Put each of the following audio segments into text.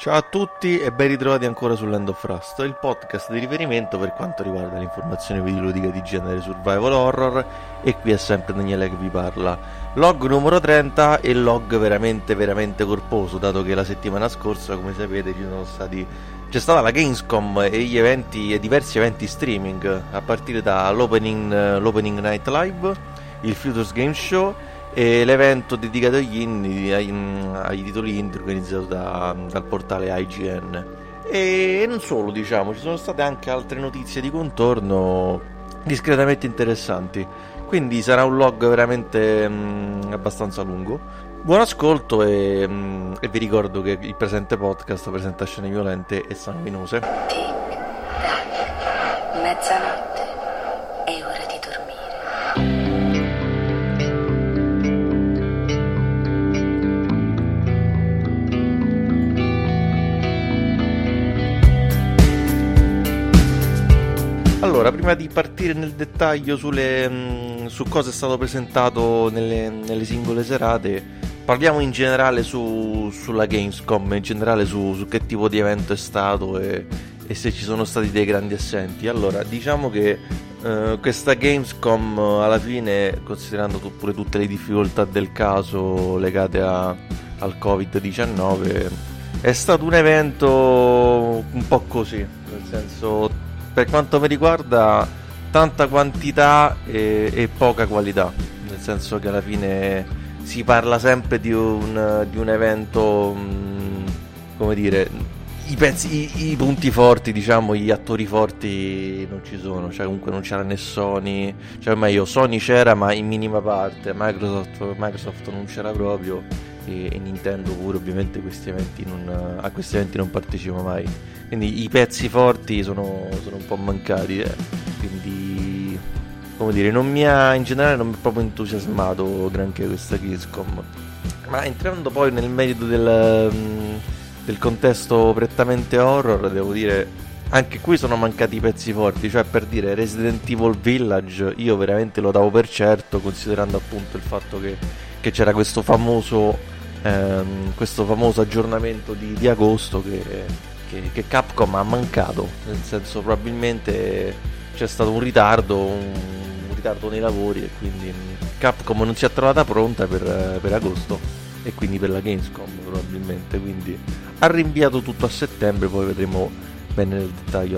Ciao a tutti e ben ritrovati ancora su Land of Rust, il podcast di riferimento per quanto riguarda l'informazione videoludica di genere survival horror, e qui è sempre Daniele che vi parla. Log numero 30 e log veramente corposo, dato che la settimana scorsa, come sapete, c'è stata la Gamescom e gli eventi e diversi eventi streaming, a partire dall'opening Night Live, il Futures Game Show e l'evento dedicato agli indie, ai titoli indie organizzato dal portale IGN. E non solo, diciamo, ci sono state anche altre notizie di contorno discretamente interessanti, quindi sarà un log veramente abbastanza lungo. Buon ascolto e vi ricordo che il presente podcast presenta scene violente e sanguinose. Tic tac, mezzanotte, è ora di dormire. Allora, prima di partire nel dettaglio su cosa è stato presentato nelle singole serate, parliamo in generale sulla Gamescom, in generale su che tipo di evento è stato e se ci sono stati dei grandi assenti. Allora, diciamo che questa Gamescom alla fine, considerando pure tutte le difficoltà del caso legate al Covid-19, è stato un evento un po' così, nel senso, per quanto mi riguarda, tanta quantità e poca qualità, nel senso che alla fine si parla sempre di un evento, come dire, i punti forti, diciamo, gli attori forti non ci sono, cioè comunque non c'era né Sony, cioè meglio, Sony c'era ma in minima parte, Microsoft non c'era proprio, e Nintendo pure, ovviamente a questi eventi non partecipa mai, quindi i pezzi forti sono un po' mancati, quindi, come dire, in generale non mi è proprio entusiasmato granché questa Gamescom. Ma entrando poi nel merito del contesto prettamente horror, devo dire, anche qui sono mancati i pezzi forti, cioè, per dire, Resident Evil Village io veramente lo davo per certo, considerando appunto il fatto che c'era questo famoso aggiornamento di agosto che Capcom ha mancato, nel senso, probabilmente c'è stato un ritardo nei lavori e quindi Capcom non si è trovata pronta per agosto e quindi per la Gamescom probabilmente, quindi ha rinviato tutto a settembre, poi vedremo bene nel dettaglio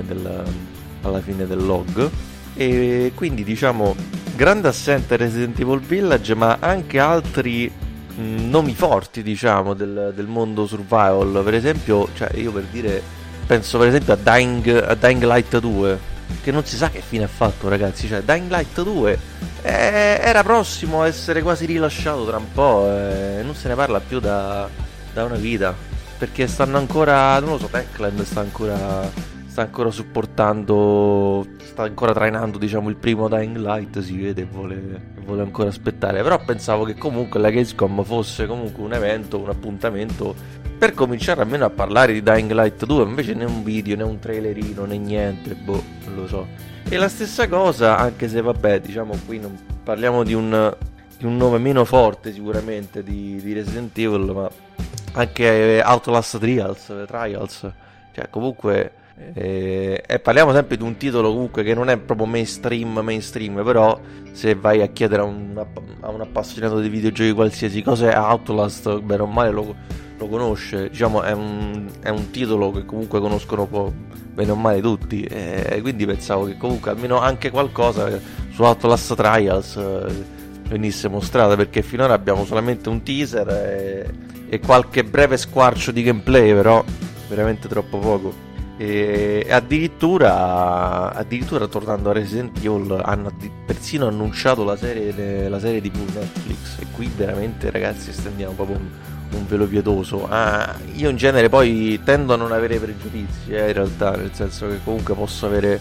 alla fine del log. E quindi, diciamo, grande assente Resident Evil Village, ma anche altri nomi forti, diciamo, del mondo survival. Per esempio, cioè, io per dire, penso per esempio a Dying Light 2, che non si sa che fine ha fatto, ragazzi. Cioè, Dying Light 2 era prossimo a essere quasi rilasciato tra un po', non se ne parla più da una vita, perché stanno ancora, non lo so, Techland sta ancora supportando, sta ancora trainando, diciamo, il primo Dying Light, si vede, vuole ancora aspettare. Però pensavo che comunque la Gamescom fosse comunque un evento, un appuntamento per cominciare almeno a parlare di Dying Light 2, invece né un video, né un trailerino, né niente, non lo so. E la stessa cosa, anche se vabbè, diciamo, qui non parliamo di un nome meno forte sicuramente di Resident Evil, ma anche Outlast Trials, cioè comunque parliamo sempre di un titolo comunque che non è proprio mainstream, però se vai a chiedere a un appassionato di videogiochi qualsiasi cosa è Outlast, bene o male lo conosce, diciamo, è un titolo che comunque conoscono bene o male tutti, quindi pensavo che comunque almeno anche qualcosa su Outlast Trials venisse mostrata, perché finora abbiamo solamente un teaser e qualche breve squarcio di gameplay, però veramente troppo poco. E addirittura tornando a Resident Evil, hanno persino annunciato la serie TV Netflix, e qui veramente, ragazzi, stendiamo proprio un velo pietoso. Io in genere poi tendo a non avere pregiudizi, in realtà, nel senso che comunque posso avere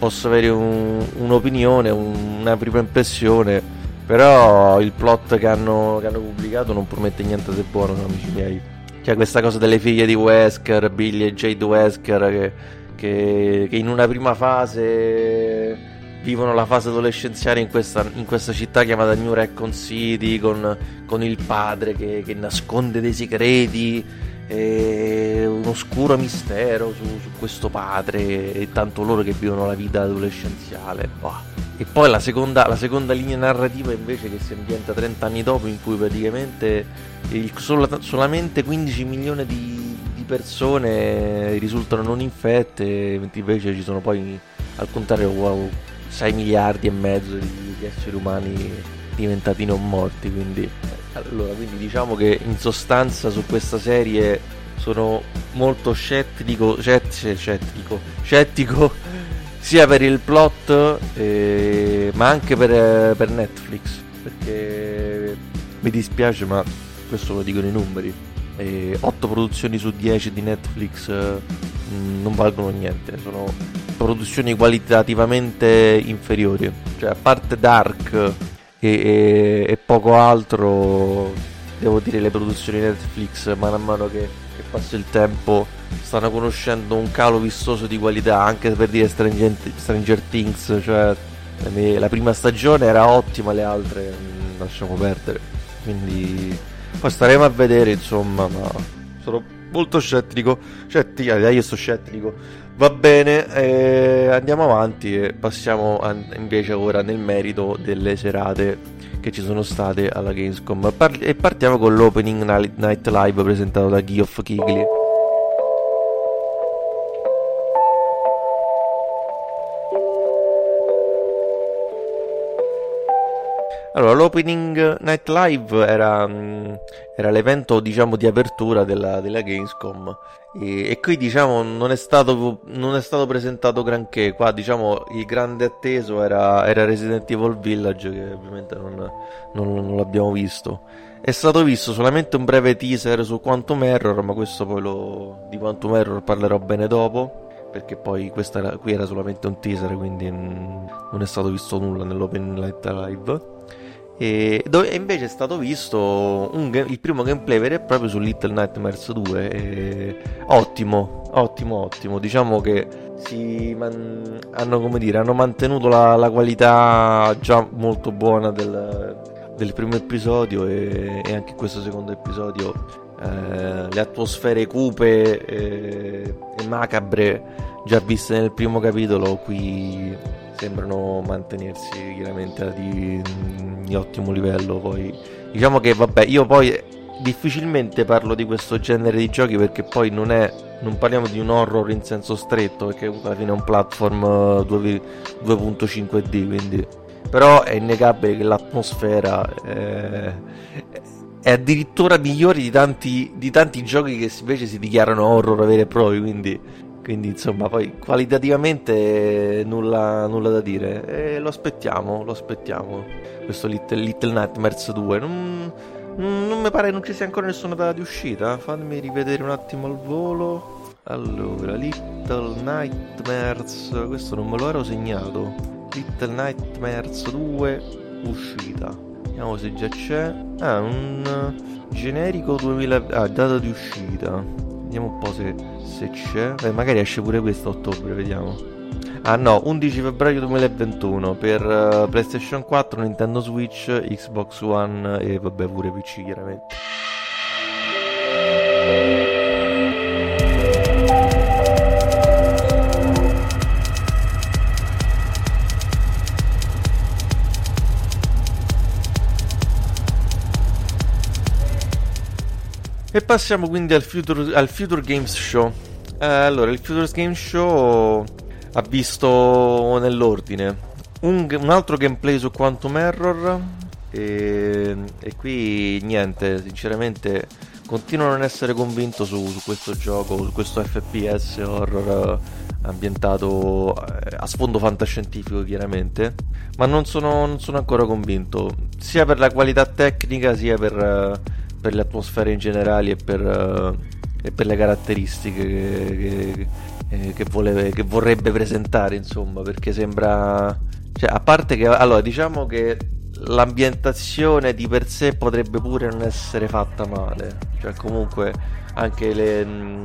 un'opinione, una prima impressione, però il plot che hanno pubblicato non promette niente di buono, amici miei. Cioè, questa cosa delle figlie di Wesker, Billy e Jade Wesker, che in una prima fase vivono la fase adolescenziale in questa città chiamata New Raccoon City, con il padre che nasconde dei segreti, e un oscuro mistero su questo padre e tanto loro che vivono la vita adolescenziale. E poi la seconda linea narrativa invece, che si ambienta 30 anni dopo, in cui praticamente solamente 15 milioni di persone risultano non infette, mentre invece ci sono poi, al contrario, 6 miliardi e mezzo di esseri umani diventati non morti. Quindi diciamo che in sostanza su questa serie sono molto scettico sia per il plot ma anche per Netflix, perché mi dispiace ma questo lo dicono i numeri, 8 produzioni su 10 di Netflix non valgono niente, sono produzioni qualitativamente inferiori, cioè a parte Dark e poco altro, devo dire le produzioni Netflix mano a mano che passa il tempo stanno conoscendo un calo vistoso di qualità, anche per dire Stranger Things, cioè la prima stagione era ottima, le altre lasciamo perdere, quindi poi staremo a vedere, insomma, ma sono molto scettico, io sto scettico. Va bene, andiamo avanti e passiamo invece ora nel merito delle serate che ci sono state alla Gamescom, e partiamo con l'Opening Night Live presentato da Geoff Keighley. Allora, l'Opening Night Live era l'evento, diciamo, di apertura della Gamescom, e qui, diciamo, non è stato presentato granché. Qua, diciamo, il grande atteso era Resident Evil Village, che ovviamente non l'abbiamo visto. È stato visto solamente un breve teaser su Quantum Error, ma questo poi di Quantum Error parlerò bene dopo, perché poi qui era solamente un teaser, quindi non è stato visto nulla nell'Opening Night Live. E invece è stato visto il primo gameplay vero e proprio su Little Nightmares 2, ottimo, diciamo che hanno mantenuto la qualità già molto buona del primo episodio, e anche in questo secondo episodio le atmosfere cupe e macabre già viste nel primo capitolo qui sembrano mantenersi chiaramente di ottimo livello. Poi diciamo che vabbè, io poi difficilmente parlo di questo genere di giochi, perché poi non parliamo di un horror in senso stretto, perché comunque alla fine è un platform 2.5D, quindi, però è innegabile che l'atmosfera è addirittura migliore di tanti giochi che invece si dichiarano horror veri e propri, quindi insomma poi qualitativamente nulla da dire, e lo aspettiamo questo Little Nightmares 2. Non mi pare non ci sia ancora nessuna data di uscita, fammi rivedere un attimo al volo. Allora, Little Nightmares, questo non me lo ero segnato, Little Nightmares 2 uscita, vediamo se già c'è. Un generico 2000, data di uscita, vediamo un po' se c'è. Magari esce pure questo a ottobre, vediamo. 11 febbraio 2021 per PlayStation 4, Nintendo Switch, Xbox One e vabbè pure PC chiaramente. E passiamo quindi al Future Games Show. Allora, il Future Games Show ha visto nell'ordine un altro gameplay su Quantum Error, e qui niente, sinceramente continuo a non essere convinto su questo gioco, su questo FPS horror ambientato a sfondo fantascientifico chiaramente, ma non sono ancora convinto, sia per la qualità tecnica sia per le atmosfere in generale e per le caratteristiche che vorrebbe presentare, insomma, perché sembra, cioè, a parte che, allora, diciamo che l'ambientazione di per sé potrebbe pure non essere fatta male, cioè comunque anche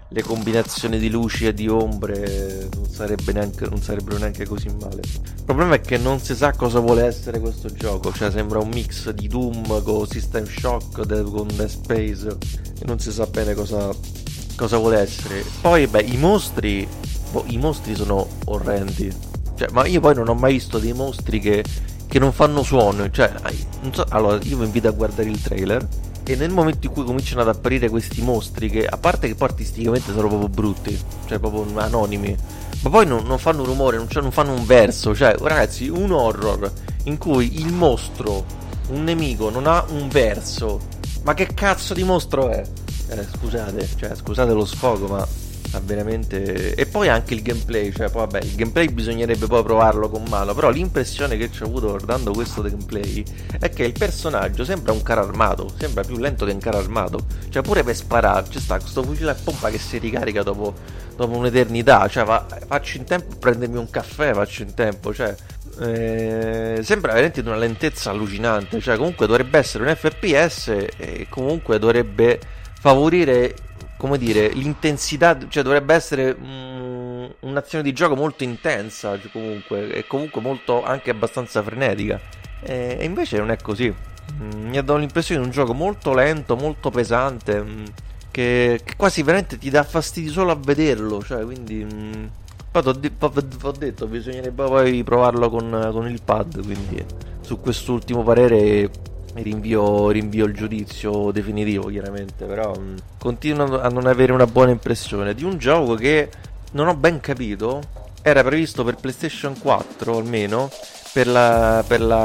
le combinazioni di luci e di ombre non sarebbero neanche così male. Il problema è che non si sa cosa vuole essere questo gioco, cioè sembra un mix di Doom con System Shock con Dead Space e non si sa bene cosa vuole essere. Poi i mostri sono orrendi, cioè, ma io poi non ho mai visto dei mostri che non fanno suono, cioè non so, allora io vi invito a guardare il trailer e nel momento in cui cominciano ad apparire questi mostri, che a parte che poi artisticamente sono proprio brutti, cioè proprio anonimi, ma poi non fanno rumore, non fanno un verso, cioè ragazzi, un horror in cui il mostro, un nemico, non ha un verso, ma che cazzo di mostro è? Scusate lo sfogo, ma veramente. E poi anche il gameplay, cioè poi vabbè, il gameplay bisognerebbe poi provarlo con mano, però l'impressione che ci ho avuto guardando questo gameplay è che il personaggio sembra un carro armato, sembra più lento che un carro armato, cioè pure per sparare c'è sta questo fucile a pompa che si ricarica dopo un'eternità, cioè faccio in tempo a prendermi un caffè, faccio in tempo, cioè sembra veramente di una lentezza allucinante, cioè comunque dovrebbe essere un FPS e comunque dovrebbe favorire, come dire, l'intensità, cioè dovrebbe essere un'azione di gioco molto intensa, cioè comunque molto anche abbastanza frenetica, e invece non è così. Mi ha dato l'impressione di un gioco molto lento, molto pesante, che quasi veramente ti dà fastidio solo a vederlo, cioè quindi poi t'ho detto bisognerebbe poi provarlo con il pad, quindi su quest'ultimo parere rinvio il giudizio definitivo, chiaramente, però continuo a non avere una buona impressione di un gioco che non ho ben capito. Era previsto per PlayStation 4 almeno per la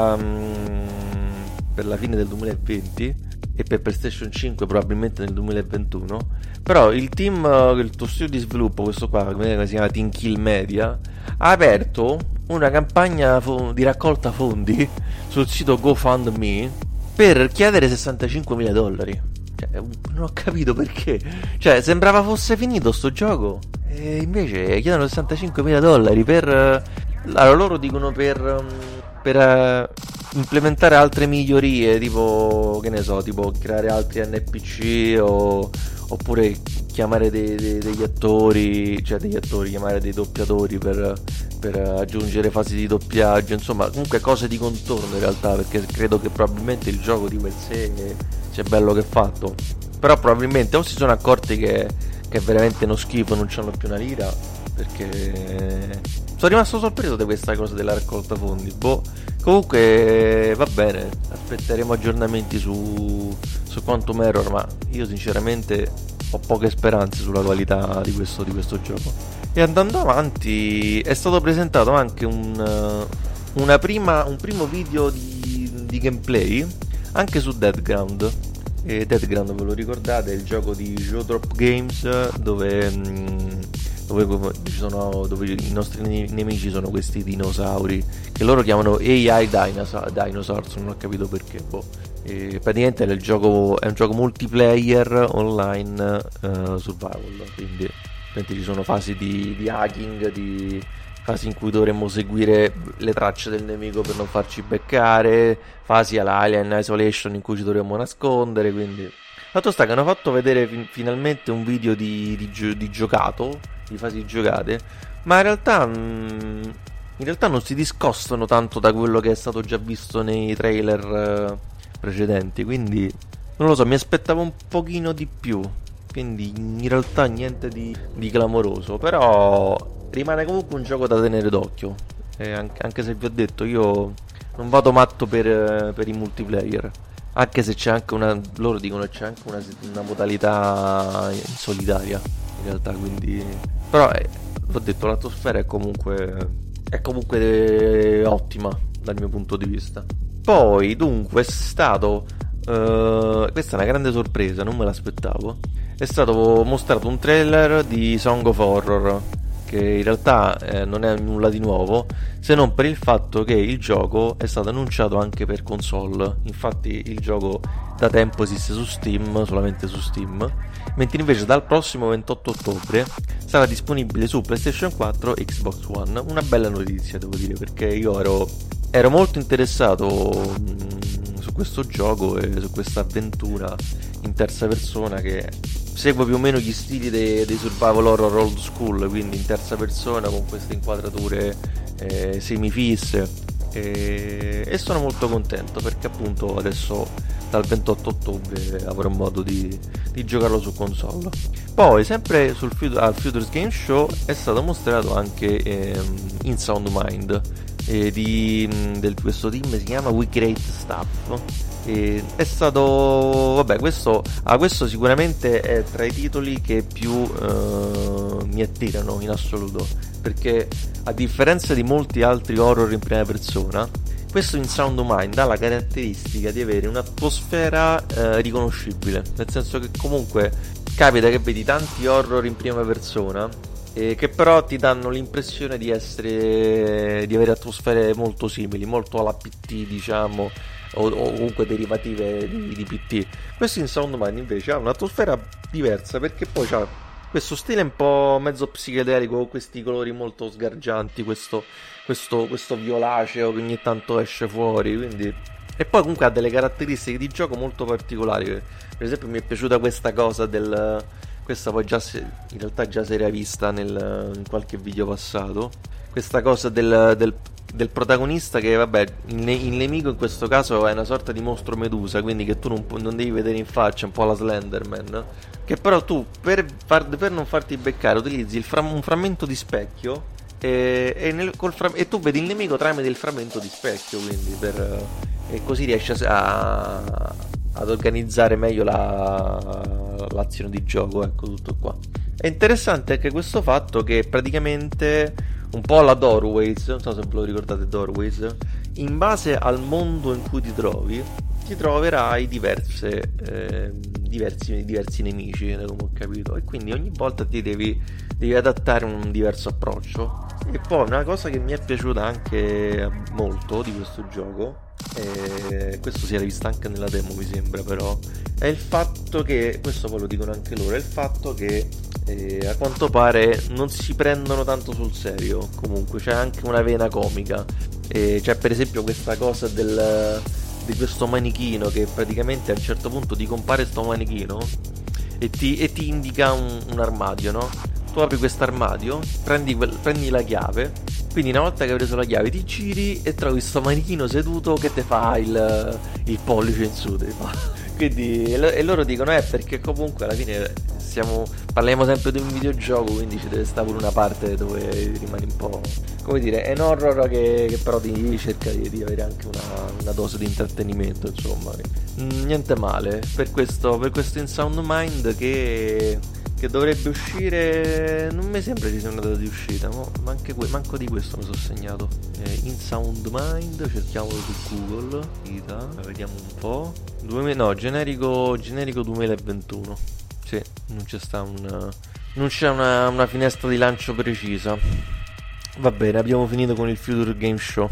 fine del 2020 e per PlayStation 5 probabilmente nel 2021, però il team, il tuo studio di sviluppo, questo qua che si chiama Team Kill Media, ha aperto una campagna di raccolta fondi sul sito GoFundMe per chiedere $65.000. Cioè, non ho capito perché. Cioè, sembrava fosse finito sto gioco e invece chiedono $65.000 per allora loro dicono per implementare altre migliorie, tipo, che ne so, tipo creare altri NPC oppure chiamare degli attori, chiamare dei doppiatori per aggiungere fasi di doppiaggio, insomma, comunque cose di contorno in realtà, perché credo che probabilmente il gioco di per sé sia bello che fatto, però probabilmente o si sono accorti che è veramente uno schifo, non c'hanno più una lira, perché sono rimasto sorpreso di questa cosa della raccolta fondi. Comunque va bene, aspetteremo aggiornamenti su Quantum Error, ma io sinceramente ho poche speranze sulla qualità di questo gioco. E andando avanti, è stato presentato anche un primo video di gameplay anche su Deadground. E Deadground, ve lo ricordate, è il gioco di Zoetrope Games dove i nostri nemici sono questi dinosauri che loro chiamano AI Dinosaurs, non ho capito perché. E praticamente è un gioco multiplayer online survival, quindi ci sono fasi di hacking, fasi in cui dovremmo seguire le tracce del nemico per non farci beccare, fasi all'Alien Isolation in cui ci dovremmo nascondere. Quindi fatto sta che hanno fatto vedere finalmente un video di giocato, di fasi giocate, ma in realtà non si discostano tanto da quello che è stato già visto nei trailer precedenti, quindi non lo so, mi aspettavo un pochino di più, quindi in realtà niente di clamoroso, però rimane comunque un gioco da tenere d'occhio, anche se vi ho detto io non vado matto per i multiplayer, anche se c'è anche loro dicono c'è anche una modalità solitaria in realtà, quindi però vi ho detto l'atmosfera è comunque ottima dal mio punto di vista. Poi dunque è stato questa è una grande sorpresa, non me l'aspettavo, è stato mostrato un trailer di Song of Horror, che in realtà non è nulla di nuovo, se non per il fatto che il gioco è stato annunciato anche per console. Infatti il gioco da tempo esiste su Steam, solamente su Steam, mentre invece dal prossimo 28 ottobre sarà disponibile su PlayStation 4 e Xbox One. Una bella notizia, devo dire, perché io ero molto interessato su questo gioco e su questa avventura in terza persona che segue più o meno gli stili dei survival horror old school, quindi in terza persona con queste inquadrature semifisse, e sono molto contento perché appunto adesso dal 28 ottobre avrò modo di giocarlo su console. Poi sempre al Futures Game Show è stato mostrato anche In Sound Mind, questo team si chiama We Create Stuff. È stato questo sicuramente è tra i titoli che più mi attirano in assoluto, perché a differenza di molti altri horror in prima persona, questo In Sound Mind ha la caratteristica di avere un'atmosfera riconoscibile, nel senso che comunque capita che vedi tanti horror in prima persona che però ti danno l'impressione di avere atmosfere molto simili, molto alla PT, diciamo, o comunque derivative di PT. Questo In Sound Mind invece ha un'atmosfera diversa, perché poi c'ha questo stile un po' mezzo psichedelico, con questi colori molto sgargianti, questo violaceo che ogni tanto esce fuori, quindi... E poi comunque ha delle caratteristiche di gioco molto particolari. Per esempio mi è piaciuta questa cosa questa poi in realtà già si era vista in qualche video passato, questa cosa del protagonista che, vabbè, il nemico in questo caso è una sorta di mostro medusa, quindi che tu non devi vedere in faccia, un po' la Slenderman, che però tu per non farti beccare utilizzi un frammento di specchio e tu vedi il nemico tramite il frammento di specchio, quindi e così riesci ad organizzare meglio l'azione di gioco, ecco, tutto qua. È interessante anche questo fatto che praticamente un po' alla Doorways, non so se ve lo ricordate Doorways, in base al mondo in cui ti troverai diversi nemici, come ho capito, e quindi ogni volta ti devi adattare un diverso approccio. E poi una cosa che mi è piaciuta anche molto di questo gioco, questo si era visto anche nella demo mi sembra, però è il fatto che, questo poi lo dicono anche loro, è il fatto che a quanto pare non si prendono tanto sul serio, comunque c'è anche una vena comica, c'è per esempio questa cosa di questo manichino che praticamente a un certo punto ti compare sto manichino e ti indica un armadio, no? Tu apri questo armadio, prendi la chiave, quindi una volta che hai preso la chiave ti giri e trovi sto manichino seduto che ti fa il pollice in su, quindi, e loro dicono perché comunque alla fine parliamo sempre di un videogioco, quindi ci deve stare pure una parte dove rimani un po', come dire, è un horror che però ti cerca di avere anche una dose di intrattenimento, insomma. Niente male per questo In Sound Mind che dovrebbe uscire, non mi sembra ci sia una data di uscita, ma manco di questo mi sono segnato. In Sound Mind, cerchiamolo su Google, vediamo un po'. Generico 2021. Sì, non c'è una finestra di lancio precisa. Va bene, abbiamo finito con il Future Game Show.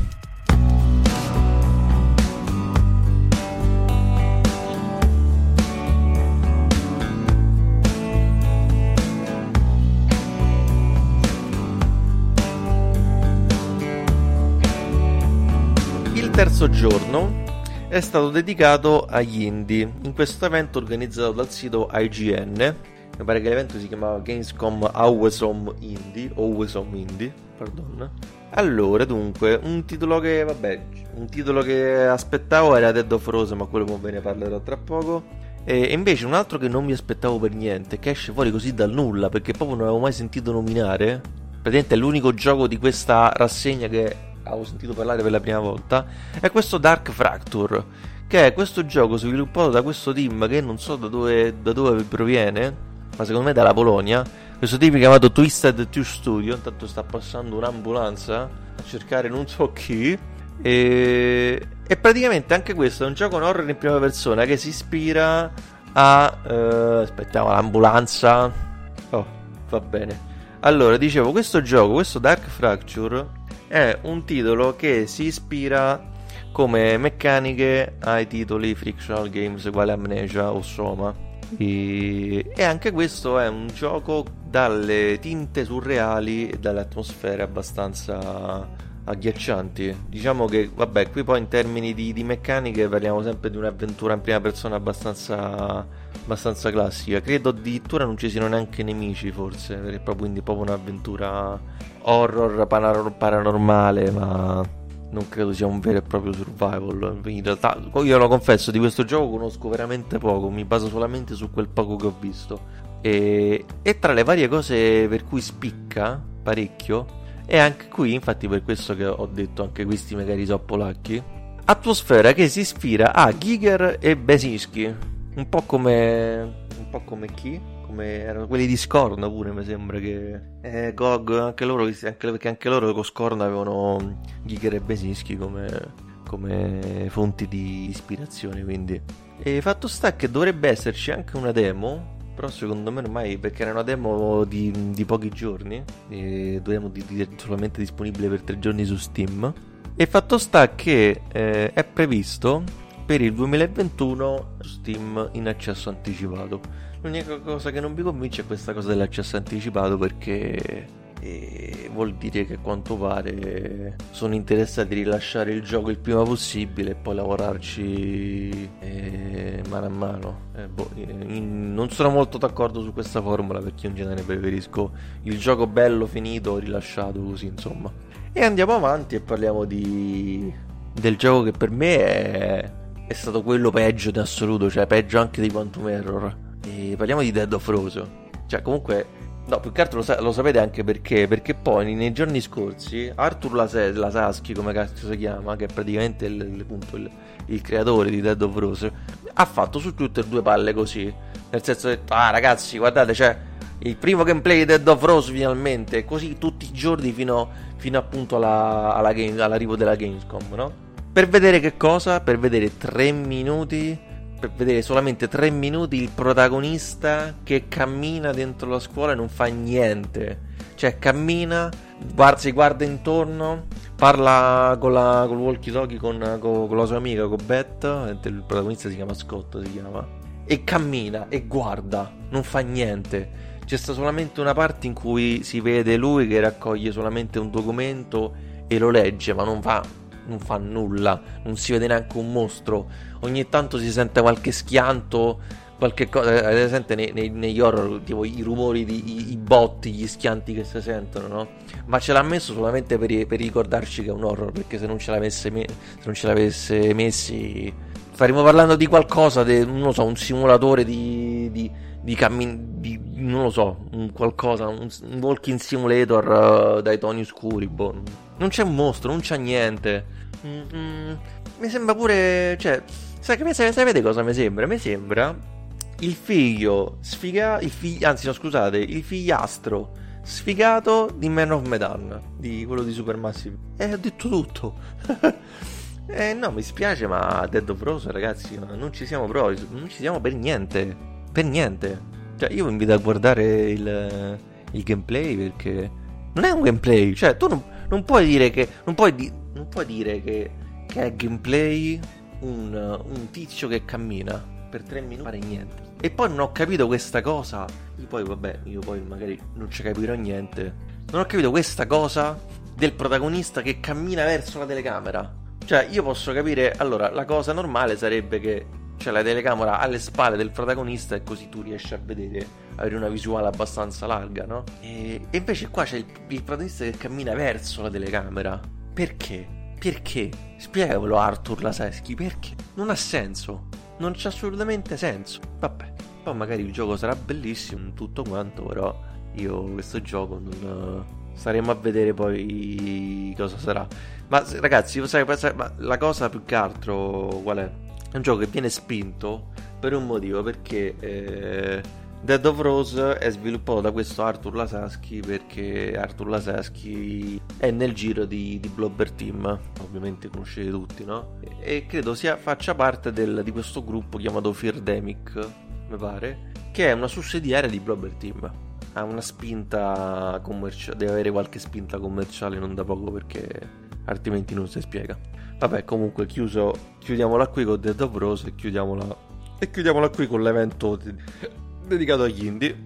Il terzo giorno è stato dedicato agli indie, in questo evento organizzato dal sito IGN. Mi pare che l'evento si chiamava Gamescom Awesome Indie, pardon. Allora, dunque, un titolo che aspettavo era Dead of Rose, ma quello ve ne parlerò tra poco. E invece un altro che non mi aspettavo per niente, che esce fuori così dal nulla, perché proprio non avevo mai sentito nominare. Praticamente è l'unico gioco di questa rassegna che avevo sentito parlare per la prima volta, è questo Dark Fracture, che è questo gioco sviluppato da questo team che non so da dove proviene, ma secondo me dalla Polonia. Questo team chiamato Twisted Two Studio, intanto sta passando un'ambulanza a cercare non so chi, e praticamente anche questo è un gioco horror in prima persona che si ispira aspettiamo l'ambulanza, va bene. Allora, dicevo, questo Dark Fracture è un titolo che si ispira come meccaniche ai titoli Frictional Games quale Amnesia o Soma, e anche questo è un gioco dalle tinte surreali e dalle atmosfere abbastanza agghiaccianti. Diciamo che, vabbè, qui poi in termini di meccaniche parliamo sempre di un'avventura in prima persona abbastanza classica. Credo addirittura non ci siano neanche nemici, forse, quindi proprio un'avventura horror paranormale, ma non credo sia un vero e proprio survival. In realtà, io lo confesso, di questo gioco conosco veramente poco, mi baso solamente su quel poco che ho visto. E tra le varie cose per cui spicca parecchio, e anche qui, infatti per questo che ho detto, anche questi magari sono polacchi, atmosfera che si ispira a Giger e Besinski, un po' come chi? Come erano quelli di Scorn pure, mi sembra che GOG, anche loro, perché anche loro con Scorn avevano Giger e Besinski come fonti di ispirazione, quindi. E fatto sta che dovrebbe esserci anche una demo, però secondo me ormai, perché era una demo di pochi giorni, solamente disponibile per 3 giorni su Steam, e fatto sta che è previsto per il 2021 su Steam in accesso anticipato. L'unica cosa che non mi convince è questa cosa dell'accesso anticipato, perché vuol dire che a quanto pare sono interessati a rilasciare il gioco il prima possibile e poi lavorarci mano a mano. Non sono molto d'accordo su questa formula, perché io in genere preferisco il gioco bello finito rilasciato così, insomma. E andiamo avanti e parliamo del gioco che per me è stato quello peggio in assoluto, cioè peggio anche di Quantum Error. E parliamo di Dead of Rose. Cioè, comunque, no, più che altro lo sapete anche perché poi nei giorni scorsi Arthur Lasasky, come cazzo si chiama, che è praticamente il creatore di Dead of Rose, ha fatto su Twitter 2 palle così, nel senso che ragazzi, guardate, c'è il primo gameplay di Dead of Rose finalmente, così tutti i giorni fino appunto all'arrivo della Gamescom, no? Per vedere che cosa? Per vedere 3 minuti, per vedere solamente 3 minuti il protagonista che cammina dentro la scuola e non fa niente. Cioè cammina, si guarda intorno, parla col walkie-talkie con la sua amica, con Beth, il protagonista si chiama Scott, e cammina e guarda, non fa niente. C'è sta solamente una parte in cui si vede lui che raccoglie solamente un documento e lo legge, ma non fa nulla, non si vede neanche un mostro. Ogni tanto si sente qualche schianto, qualche cosa, ad esempio negli horror, tipo i rumori i botti, gli schianti che si sentono, no? Ma ce l'ha messo solamente per ricordarci che è un horror, perché se non ce l'avesse messi staremmo parlando di qualcosa, non lo so, un simulatore non lo so, un walking simulator dai toni scuri, boh. Non c'è un mostro, non c'è niente. Mi sembra pure, cioè, sapete cosa mi sembra? Mi sembra il figlio sfigato, il figliastro sfigato di Man of Medan, di quello di Supermassive. Ho detto tutto. No, mi spiace, ma Dead of Rose, ragazzi, non ci siamo proprio, non ci siamo per niente. Per niente. Cioè, io vi invito a guardare il gameplay, perché non è un gameplay. Cioè, tu non puoi dire che è gameplay un tizio che cammina per 3 minuti, fare niente. E poi non ho capito questa cosa. Io poi magari non ci capirò niente. Non ho capito questa cosa del protagonista che cammina verso la telecamera. Cioè, io posso capire, allora, la cosa normale sarebbe che c'è la telecamera alle spalle del protagonista e così tu riesci a avere una visuale abbastanza larga, no? E invece qua c'è il protagonista che cammina verso la telecamera. Perché? Perché? Spiegamelo, Arthur Laseschi, perché? Non ha senso. Non c'ha assolutamente senso. Vabbè, poi magari il gioco sarà bellissimo, tutto quanto, però io questo gioco non... staremo a vedere poi cosa sarà. Ma ragazzi, ma la cosa più che altro qual è? È un gioco che viene spinto per un motivo, perché Dead of Rose è sviluppato da questo Arthur Lasasky, perché Arthur Lasasky è nel giro di Blobber Team, ovviamente conoscete tutti, no? E credo faccia parte di questo gruppo chiamato Feardemic, mi pare, che è una sussidiaria di Blobber Team. Ha una spinta commerciale, deve avere qualche spinta commerciale non da poco, perché altrimenti non si spiega. Vabbè, comunque chiudiamola qui con Dead of Rose e chiudiamola qui con l'evento dedicato agli indie.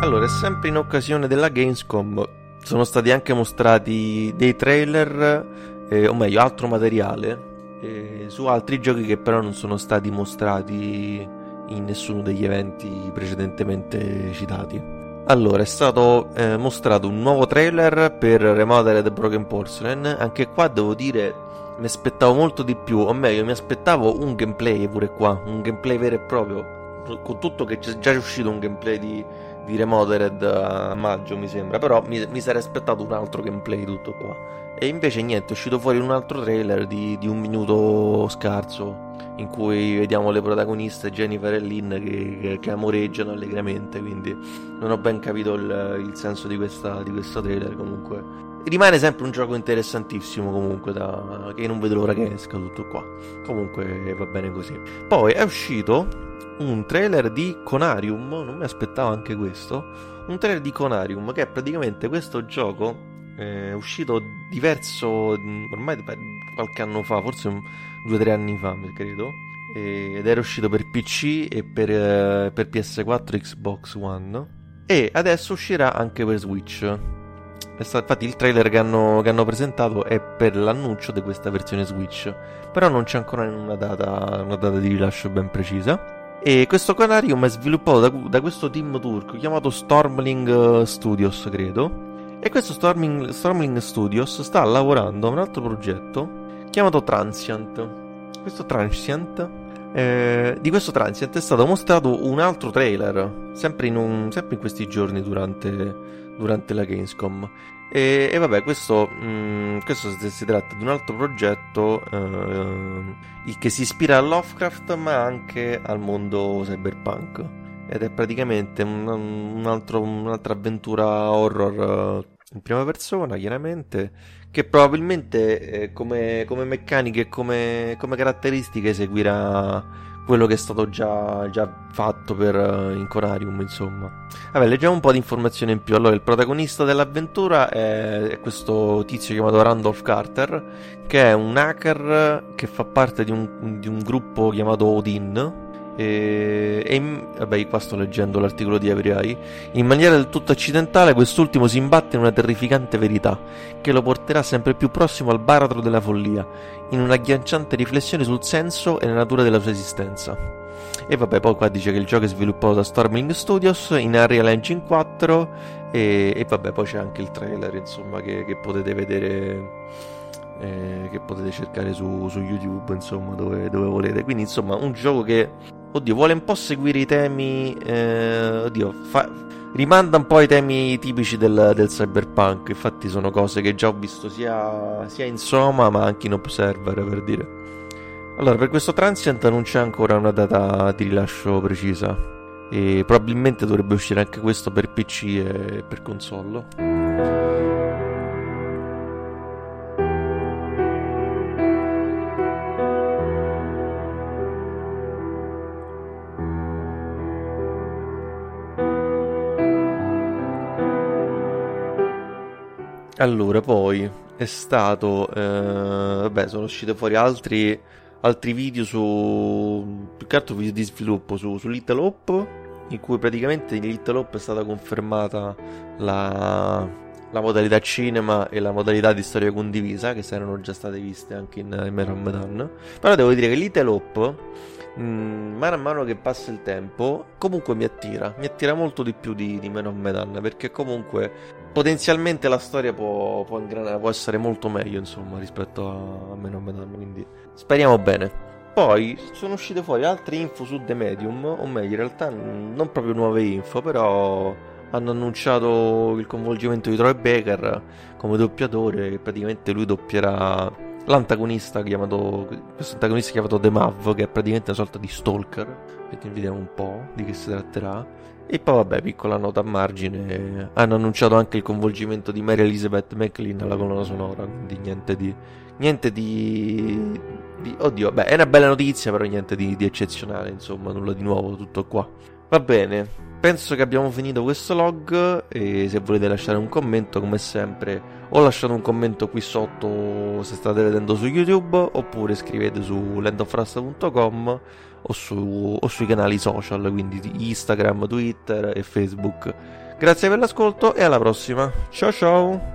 Allora, sempre in occasione della Gamescom sono stati anche mostrati dei trailer, o meglio, altro materiale, su altri giochi che però non sono stati mostrati in nessuno degli eventi precedentemente citati. Allora, è stato mostrato un nuovo trailer per Remodeled Broken Porcelain. Anche qua devo dire, mi aspettavo molto di più, o meglio, mi aspettavo un gameplay pure qua, un gameplay vero e proprio, con tutto che c'è già uscito un gameplay di Remodeled a maggio, mi sembra, però mi sarei aspettato un altro gameplay tutto qua. E invece niente, è uscito fuori un altro trailer di un minuto scarso, in cui vediamo le protagoniste Jennifer e Lynn che amoreggiano allegramente, quindi non ho ben capito il senso di questo trailer. Comunque rimane sempre un gioco interessantissimo, comunque, che non vedo l'ora che esca tutto qua. Comunque va bene così. Poi è uscito un trailer di Conarium, non mi aspettavo anche questo, un trailer di Conarium, che è praticamente questo gioco uscito ormai qualche anno fa, forse 2 o 3 anni fa, credo, ed era uscito per PC e per PS4 e Xbox One, e adesso uscirà anche per Switch. Infatti il trailer che hanno presentato è per l'annuncio di questa versione Switch, però non c'è ancora una data di rilascio ben precisa. E questo Conarium è sviluppato da questo team turco chiamato Stormling Studios, credo. E questo Stormling Studios sta lavorando a un altro progetto chiamato Transient. Di questo Transient è stato mostrato un altro trailer, sempre in questi giorni durante la Gamescom. E vabbè, questo si tratta di un altro progetto che si ispira a Lovecraft, ma anche al mondo cyberpunk. Ed è praticamente un'altra avventura horror in prima persona, chiaramente, che probabilmente come meccaniche e come caratteristiche seguirà quello che è stato già fatto in Conarium, insomma. Vabbè, leggiamo un po' di informazioni in più. Allora, il protagonista dell'avventura è questo tizio chiamato Randolph Carter, che è un hacker che fa parte di un gruppo chiamato Odin. Vabbè, qua sto leggendo l'articolo di Every. In maniera del tutto accidentale, quest'ultimo si imbatte in una terrificante verità che lo porterà sempre più prossimo al baratro della follia, in un'agghiacciante riflessione sul senso e la natura della sua esistenza. E vabbè, poi qua dice che il gioco è sviluppato da Stormling Studios in Unreal Engine 4 e vabbè, poi c'è anche il trailer, insomma, che potete vedere, che potete cercare su YouTube, insomma, dove volete. Quindi, insomma, un gioco che, vuole un po' seguire i temi, rimanda un po' ai temi tipici del cyberpunk. Infatti sono cose che già ho visto sia in Soma ma anche in Observer, per dire. Allora, per questo Transient non c'è ancora una data di rilascio precisa e probabilmente dovrebbe uscire anche questo per PC e per console. Allora, poi è stato vabbè, sono usciti fuori altri video più che altro video di sviluppo su Little Hope, in cui praticamente in Little Hope è stata confermata la modalità cinema e la modalità di storia condivisa, che erano già state viste anche in Man of Medan. Però devo dire che Little Hope, mano a mano che passa il tempo, comunque mi attira molto di più di Man of Medan, perché comunque potenzialmente la storia può ingranare, può essere molto meglio, insomma, rispetto a Man of Medan, quindi speriamo bene. Poi sono uscite fuori altre info su The Medium, o meglio, in realtà non proprio nuove info, però hanno annunciato il coinvolgimento di Troy Baker come doppiatore, che praticamente lui doppierà l'antagonista questo antagonista chiamato The Mav, che è praticamente una sorta di stalker, quindi vediamo un po' di che si tratterà. E poi vabbè, piccola nota a margine, hanno annunciato anche il coinvolgimento di Mary Elizabeth McLean alla colonna sonora, quindi niente di oddio, beh, è una bella notizia, però niente di eccezionale, insomma, nulla di nuovo, tutto qua. Va bene, penso che abbiamo finito questo log, e se volete lasciare un commento, come sempre, o lasciate un commento qui sotto se state vedendo su YouTube, oppure scrivete su landofrust.com o sui canali social, quindi di Instagram, Twitter e Facebook, Grazie per l'ascolto e alla prossima. Ciao ciao.